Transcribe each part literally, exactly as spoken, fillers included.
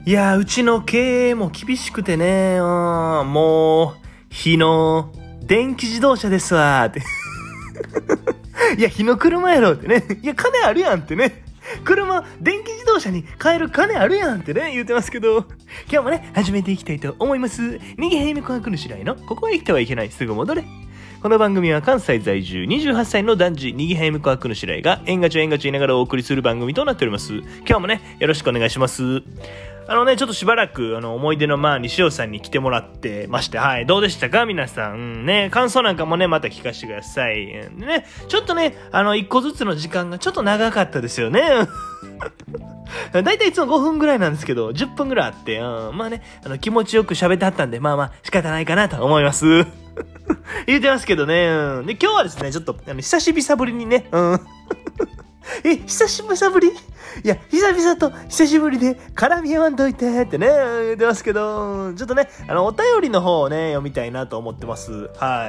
いやー、うちの経営も厳しくてね、うん、もう、日の電気自動車ですわーって。いや、日の車やろってね。いや、金あるやんってね。車、電気自動車に変える金あるやんってね、言ってますけど、今日もね、始めていきたいと思います。逃げへいめ琥珀の白井の、ここは生きてはいけない、すぐ戻れ。この番組は関西在住にじゅうはっさいの男児、逃げへいめ琥珀の白井が、縁がちょ縁がちょ言いながらお送りする番組となっております。今日もね、よろしくお願いします。あのね、ちょっとしばらく、あの、思い出のまあ、西尾さんに来てもらってまして、はい、どうでしたか皆さん。うん、ね、感想なんかもね、また聞かせてください。でね、ちょっとね、あの、一個ずつの時間がちょっと長かったですよね。だいたいいつもごふんぐらいなんですけど、じゅっぷんぐらいあって、うん、まあね、あの、気持ちよく喋ってはったんで、まあまあ、仕方ないかなと思います。言うてますけどね、うん。で、今日はですね、ちょっと、あの、久しぶりにね、うん。え、久しぶりいや、久々と久しぶりで絡み合わんといてってね、言ってますけど、ちょっとね、あの、お便りの方をね、読みたいなと思ってます。はい。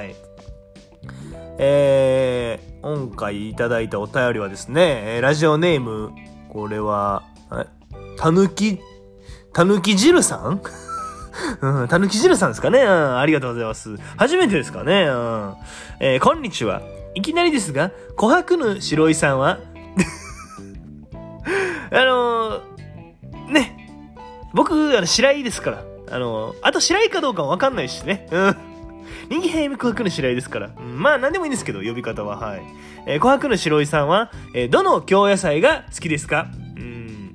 えー、今回いただいたお便りはですね、ラジオネーム、これは、たぬき、たぬき汁さんうん、たぬき汁さんですかね、うん、ありがとうございます。初めてですかね、うん。えー、こんにちは。いきなりですが、琥珀の白井さんは、あのー、ね、僕、あの、白井ですから。あのー、あと白井かどうかもわかんないしね。うん。人気ヘイム琥珀の白井ですから。うん、まあ、なんでもいいんですけど、呼び方は、はい。えー、琥珀の白井さんは、えー、どの京野菜が好きですか？うん。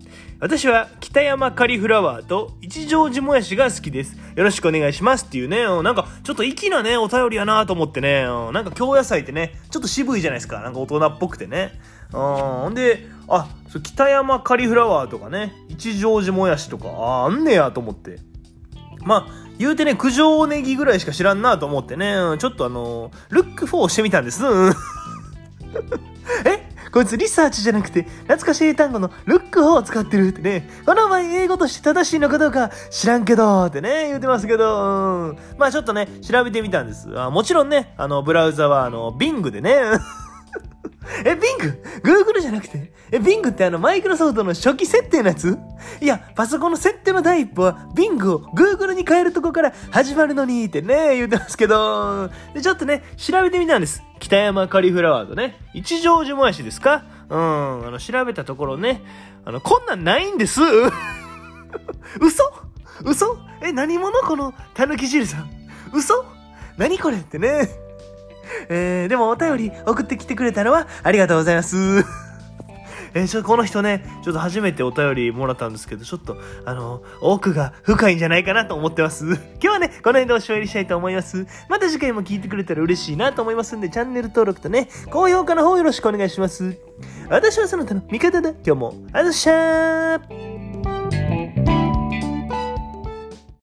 私は、北山カリフラワーと一乗寺もやしが好きです。よろしくお願いしますっていうね、うん、なんか、ちょっと粋なね、お便りやなと思ってね、うん、なんか京野菜ってね、ちょっと渋いじゃないですか。なんか大人っぽくてね。うん、ほんで、あ、そう北山カリフラワーとかね、一乗寺もやしとか、あ、あんねやと思って。まあ、言うてね、九条ネギぐらいしか知らんなと思ってね、ちょっとあのー、ルックフォーしてみたんです。えこいつリサーチじゃなくて、懐かしい単語のルックフォーを使ってるってね、この前英語として正しいのかどうか知らんけど、ってね、言うてますけど、うん、まあちょっとね、調べてみたんです。あ、もちろんね、あの、ブラウザはあの、Bing でね、え、Bing？ Google じゃなくてえ、Bing ってあの、マイクロソフトの初期設定のやつ？いや、パソコンの設定の第一歩は、Bing を Google に変えるとこから始まるのにってね、言うてますけど、で、ちょっとね、調べてみたんです。北山カリフラワーとね、一乗寺もやしですか？うん、あの、調べたところね、あの、こんなんないんです。嘘？嘘？え、何者この、たぬき汁さん。嘘？何これってね。えー、でもお便り送ってきてくれたのはありがとうございます。えー、ちょっとこの人ね、ちょっと初めてお便りもらったんですけど、ちょっと、あの、奥が深いんじゃないかなと思ってます。今日はね、この辺でおしまいにしたいと思います。また次回も聞いてくれたら嬉しいなと思いますんで、チャンネル登録とね、高評価の方よろしくお願いします。私はその他の味方だ。今日も、あざっしゃー。